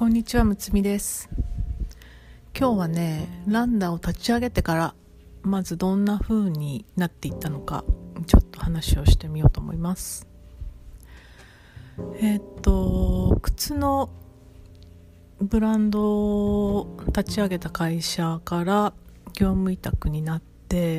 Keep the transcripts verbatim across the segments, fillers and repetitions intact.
こんにちは、むつみです。今日はね、ランダを立ち上げてからまずどんな風になっていったのかちょっと話をしてみようと思います。えー、っと靴のブランドを立ち上げた会社から業務委託になって、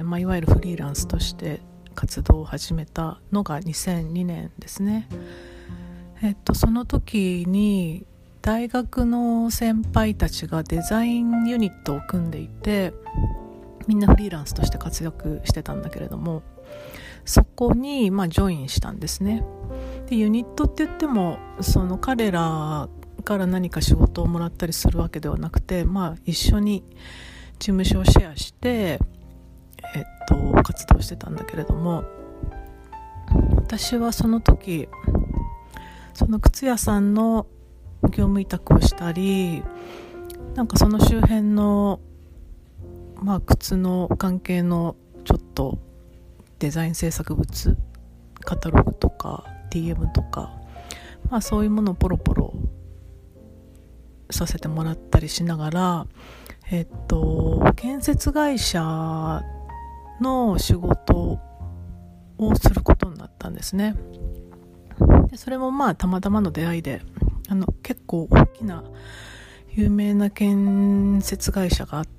まあ、いわゆるフリーランスとして活動を始めたのがにせんにねんですね。えっとその時に大学の先輩たちがデザインユニットを組んでいて、みんなフリーランスとして活躍してたんだけれども、そこにまあジョインしたんですね。でユニットって言ってもその彼らから何か仕事をもらったりするわけではなくて、まあ、一緒に事務所をシェアして、えっと、活動してたんだけれども、私はその時その靴屋さんの業務委託をしたり、なんかその周辺の、まあ、靴の関係のちょっとデザイン制作物、カタログとか ディーエム とか、まあ、そういうものをポロポロさせてもらったりしながら、えっと建設会社の仕事をすることになったんですね。でそれもまあたまたまの出会いで、あの結構大きな有名な建設会社があって、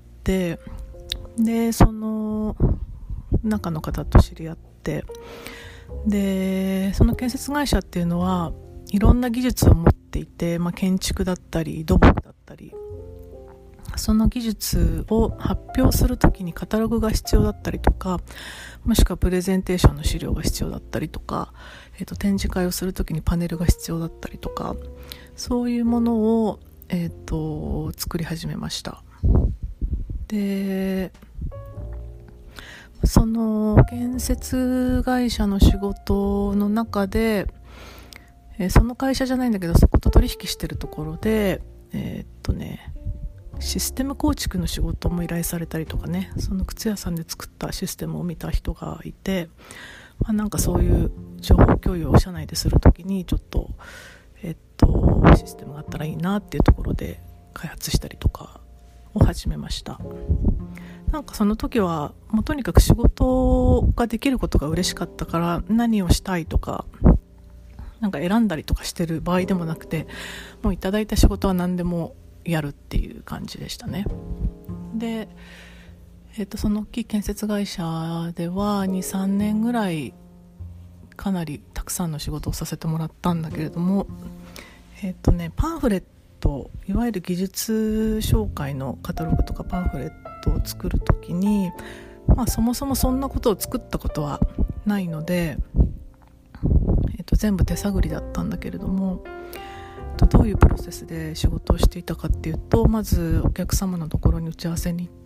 でその中の方と知り合って、でその建設会社っていうのはいろんな技術を持っていて、まあ、建築だったり土木だったり、その技術を発表するときにカタログが必要だったりとか、もしくはプレゼンテーションの資料が必要だったりとか、えーと、展示会をするときにパネルが必要だったりとか、そういうものを、えーと、作り始めました。でその建設会社の仕事の中で、えー、その会社じゃないんだけど、そこと取引してるところで、えー、っとねシステム構築の仕事も依頼されたりとかね、その靴屋さんで作ったシステムを見た人がいて、まあ、なんかそういう情報共有を社内でするときにちょっと、えー、っとシステムがあったらいいなっていうところで開発したりとかを始めました。なんかその時はもうとにかく仕事ができることが嬉しかったから、何をしたいとかなんか選んだりとかしてる場合でもなくて、もういただいた仕事は何でもやるっていう感じでしたね。で、えーと、その大きい建設会社では にさんねんぐらいかなりたくさんの仕事をさせてもらったんだけれども、えーとね、パンフレット、いわゆる技術紹介のカタログとかパンフレットを作るときに、まあ、そもそもそんなことを作ったことはないので、えーと、全部手探りだったんだけれども、どういうプロセスで仕事をしていたかっていうと、まずお客様のところに打ち合わせに行って、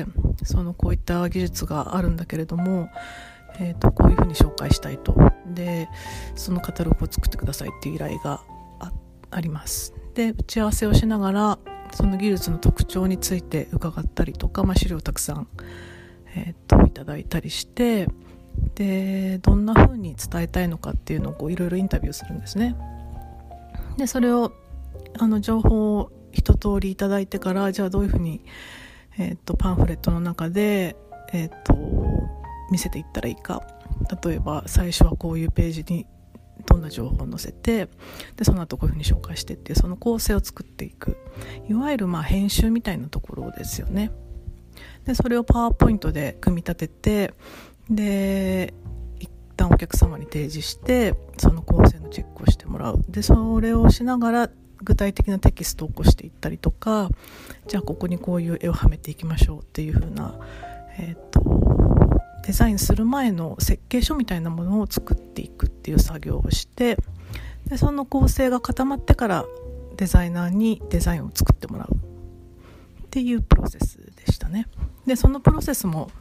そのこういった技術があるんだけれども、えーと、こういうふうに紹介したいと、でそのカタログを作ってくださいっていう依頼が あ, あります。で打ち合わせをしながらその技術の特徴について伺ったりとか、まあ、資料をたくさん、えーと、いただいたりして、でどんな風に伝えたいのかっていうのをこういろいろインタビューするんですね。でそれをあの情報を一通りいただいてから、じゃあどういうふうに、えー、とパンフレットの中で、えー、と見せていったらいいか、例えば最初はこういうページにどんな情報を載せて、でその後こういうふうに紹介してっていう、その構成を作っていく、いわゆるまあ編集みたいなところですよね。でそれをパワーポイントで組み立てて、で一旦お客様に提示して、その構成のチェックをしてもらう。でそれをしながら具体的なテキストを起こしていったりとか、じゃあここにこういう絵をはめていきましょうっていう風な、えーと、デザインする前の設計書みたいなものを作っていくっていう作業をして、でその構成が固まってからデザイナーにデザインを作ってもらうっていうプロセスでしたね。でそのプロセスも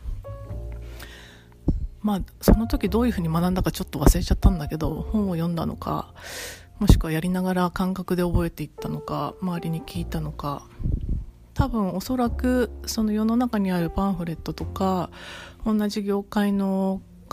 まあその時どういうふうに学んだかちょっと忘れちゃったんだけど、本を読んだのか、もしくはやりながら感覚で覚えていったのか、周りに聞いたのか、多分おそらくその世の中にあるパンフレットとか同じ業界の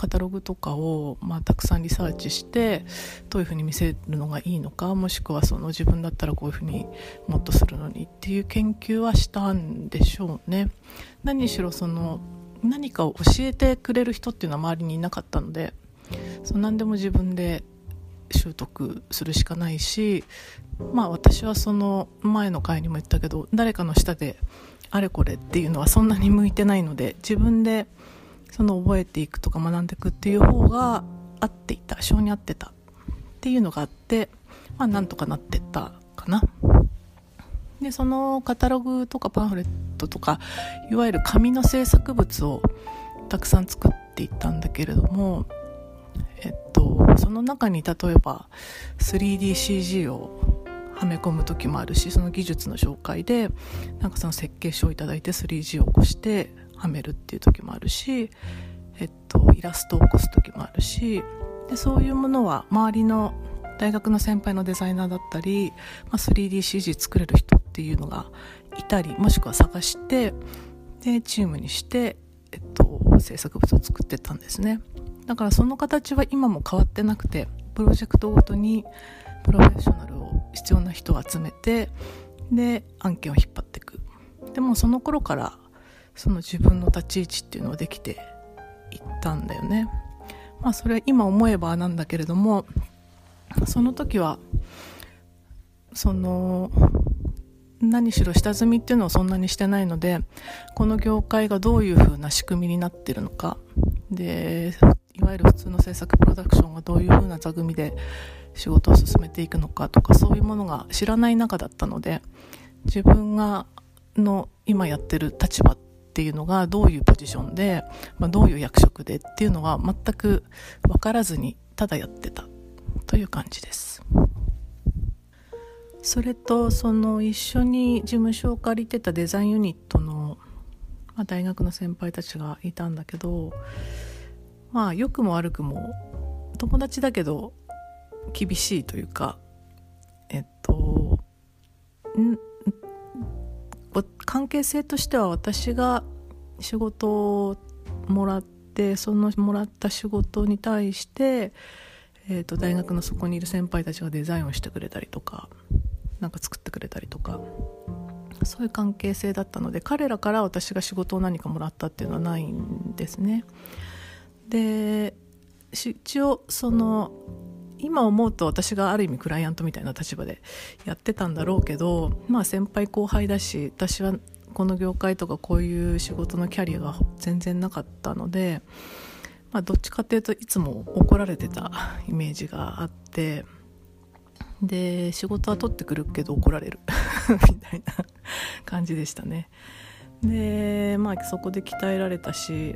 カタログとかを、まあ、たくさんリサーチしてどういうふうに見せるのがいいのか、もしくはその自分だったらこういうふうにもっとするのにっていう研究はしたんでしょうね。何しろその何かを教えてくれる人っていうのは周りにいなかったので、その何でも自分で習得するしかないし、まあ私はその前の回にも言ったけど、誰かの下であれこれっていうのはそんなに向いてないので、自分でその覚えていくとか学んでいくっていう方が合っていた、性に合ってたっていうのがあって、まあなんとかなってったかな。でそのカタログとかパンフレットとかいわゆる紙の制作物をたくさん作っていったんだけれども、えっとその中に例えば スリーディーシージー をはめ込む時もあるし、その技術の紹介でなんかその設計書をいただいて スリージー を起こしてはめるっていう時もあるし、えっとイラストを起こす時もあるし、でそういうものは周りの大学の先輩のデザイナーだったり、まあ、スリーディーシージー 作れる人っていうのがいたり、もしくは探してでチームにして、えっと、制作物を作ってったんですね。だからその形は今も変わってなくて、プロジェクトごとにプロフェッショナルを必要な人を集めて、で案件を引っ張っていく。でもその頃からその自分の立ち位置っていうのはできていったんだよね。まあそれは今思えばなんだけれども、その時はその何しろ下積みっていうのをそんなにしてないので、この業界がどういう風な仕組みになってるのかで、いわゆる普通の制作プロダクションがどういう風な座組で仕事を進めていくのかとか、そういうものが知らない中だったので、自分がの今やってる立場っていうのがどういうポジションで、まあ、どういう役職でっていうのは全く分からずにただやってたという感じです。それとその一緒に事務所を借りてたデザインユニットの、まあ、大学の先輩たちがいたんだけど、まあ良くも悪くも友達だけど厳しいというか、えっとん関係性としては、私が仕事をもらって、そのもらった仕事に対して、えっと大学のそこにいる先輩たちがデザインをしてくれたりとか、なんか作ってくれたりとか、そういう関係性だったので、彼らから私が仕事を何かもらったっていうのはないんですね。で一応その今思うと私がある意味クライアントみたいな立場でやってたんだろうけど、まあ先輩後輩だし、私はこの業界とかこういう仕事のキャリアが全然なかったので、まあどっちかっていうといつも怒られてたイメージがあって、で仕事は取ってくるけど怒られるみたいな感じでしたね。でまあそこで鍛えられたし、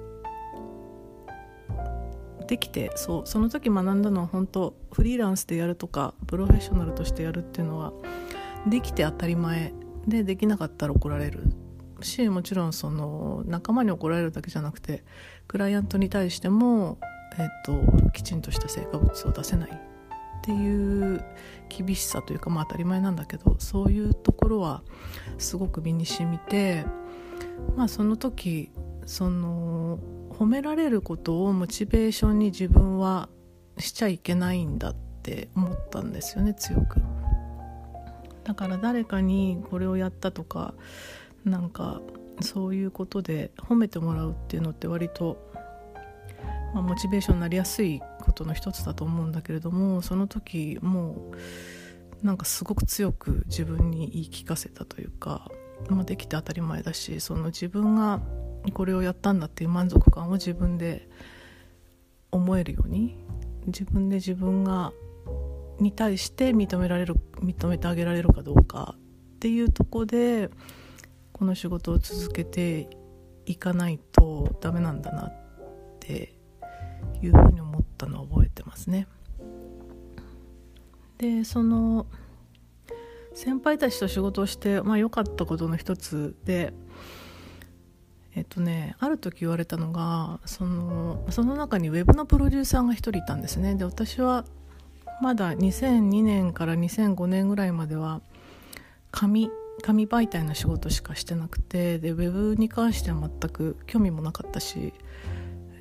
できて、そうその時学んだのは本当フリーランスでやるとかプロフェッショナルとしてやるっていうのはできて当たり前で、できなかったら怒られるし、もちろんその仲間に怒られるだけじゃなくてクライアントに対しても、えっと、きちんとした成果物を出せないっていう厳しさというか、まあ当たり前なんだけど、そういうところはすごく身に染みて、まあその時その褒められることをモチベーションに自分はしちゃいけないんだって思ったんですよね、強く。だから誰かにこれをやったとか、なんかそういうことで褒めてもらうっていうのって割と、まあ、モチベーションになりやすいことの一つだと思うんだけれども、その時もうなんかすごく強く自分に言い聞かせたというか、まあ、できて当たり前だし、その自分がこれをやったんだっていう満足感を自分で思えるように、自分で自分がに対して認められる認めてあげられるかどうかっていうところでこの仕事を続けていかないとダメなんだなっていうふうに思ったのを覚えてますね。でその先輩たちと仕事をして、まあ、良かったことの一つで、えっとね、ある時言われたのが、その、その中にウェブのプロデューサーが一人いたんですね。で私はまだにせんにねんからにせんごねんぐらいまでは紙紙媒体の仕事しかしてなくて、でウェブに関しては全く興味もなかったし、えっと、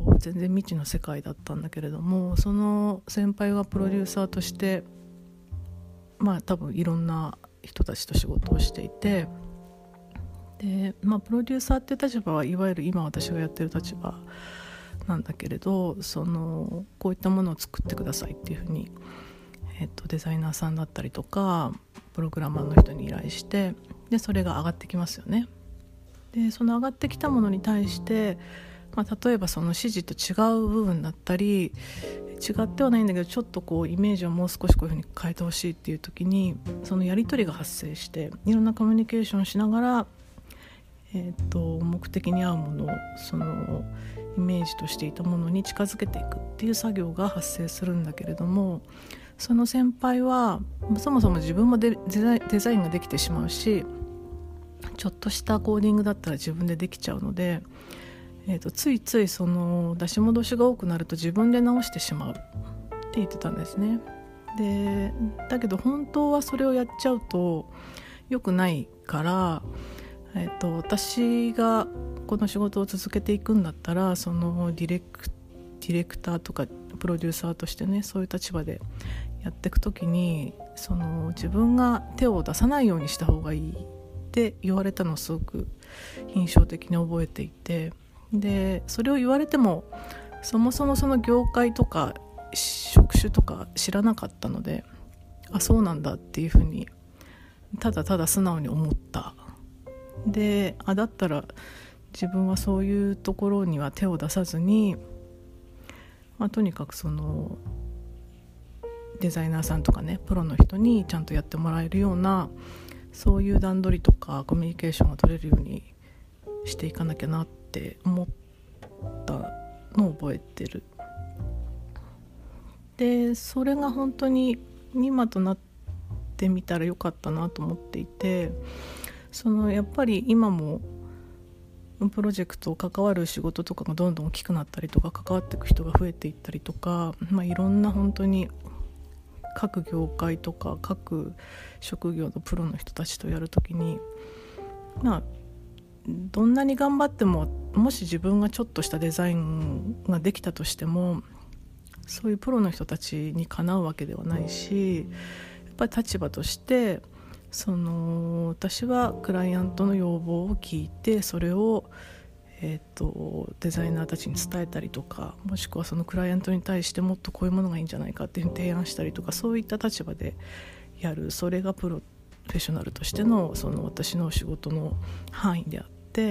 全然未知の世界だったんだけれども、その先輩がプロデューサーとしてまあ多分いろんな人たちと仕事をしていて、で、まあ、プロデューサーっていう立場はいわゆる今私がやってる立場なんだけれど、そのこういったものを作ってくださいっていうふうに、えっと、デザイナーさんだったりとかプログラマーの人に依頼して、でそれが上がってきますよね。でその上がってきたものに対して、まあ、例えばその指示と違う部分だったり、違ってはないんだけどちょっとこうイメージをもう少しこういうふうに変えてほしいっていう時に、そのやり取りが発生していろんなコミュニケーションをしながら、えー、と目的に合うものをそのイメージとしていたものに近づけていくっていう作業が発生するんだけれども、その先輩はそもそも自分もデザイン、デザインができてしまうし、ちょっとしたコーディングだったら自分でできちゃうので、えー、とついついその出し戻しが多くなると自分で直してしまうって言ってたんですね。でだけど本当はそれをやっちゃうと良くないから、えー、と私がこの仕事を続けていくんだったら、そのディレク、ディレクターとかプロデューサーとしてね、そういう立場でやっていくときに、その自分が手を出さないようにした方がいいって言われたのをすごく印象的に覚えていて、でそれを言われてもそもそもその業界とか職種とか知らなかったので、あそうなんだっていうふうにただただ素直に思った。であだったら自分はそういうところには手を出さずに、まあ、とにかくそのデザイナーさんとかねプロの人にちゃんとやってもらえるような、そういう段取りとかコミュニケーションが取れるようにしていかなきゃなって思ったのを覚えてる。でそれが本当に今となってみたらよかったなと思っていて、そのやっぱり今もプロジェクトを関わる仕事とかがどんどん大きくなったりとか、関わっていく人が増えていったりとか、まあ、いろんな本当に各業界とか各職業のプロの人たちとやるときに、まあどんなに頑張ってももし自分がちょっとしたデザインができたとしても、そういうプロの人たちにかなうわけではないし、やっぱり立場としてその私はクライアントの要望を聞いて、それを、えーと、デザイナーたちに伝えたりとか、もしくはそのクライアントに対してもっとこういうものがいいんじゃないかっていう提案したりとか、そういった立場でやる、それがプロフェッショナルとしてのその私の仕事の範囲であって、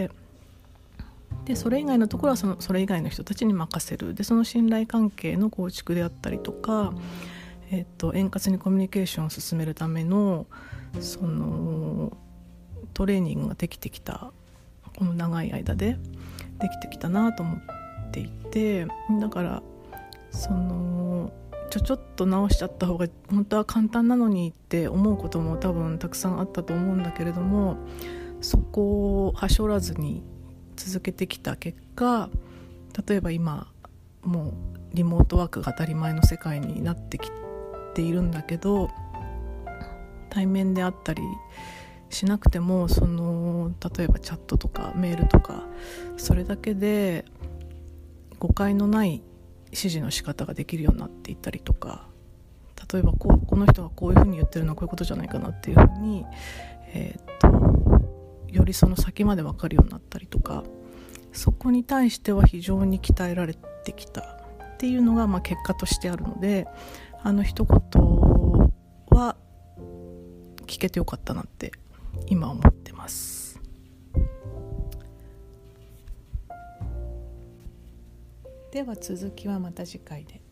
でそれ以外のところはそのそれ以外の人たちに任せる。でその信頼関係の構築であったりとか、えーと、円滑にコミュニケーションを進めるためのそのトレーニングができてきた、この長い間でできてきたなと思っていて、だからそのちょちょっと直しちゃった方が本当は簡単なのにって思うことも多分たくさんあったと思うんだけれども、そこをはしょらずに続けてきた結果、例えば今もうリモートワークが当たり前の世界になってきているんだけど、対面であったりしなくても、その例えばチャットとかメールとか、それだけで誤解のない指示の仕方ができるようになっていったりとか、例えばこうこの人がこういうふうに言ってるのはこういうことじゃないかなっていうふうに、えー、っとよりその先まで分かるようになったりとか、そこに対しては非常に鍛えられてきたっていうのがまあ結果としてあるので、あの一言は聞けてよかったなって今思ってます。では続きはまた次回で。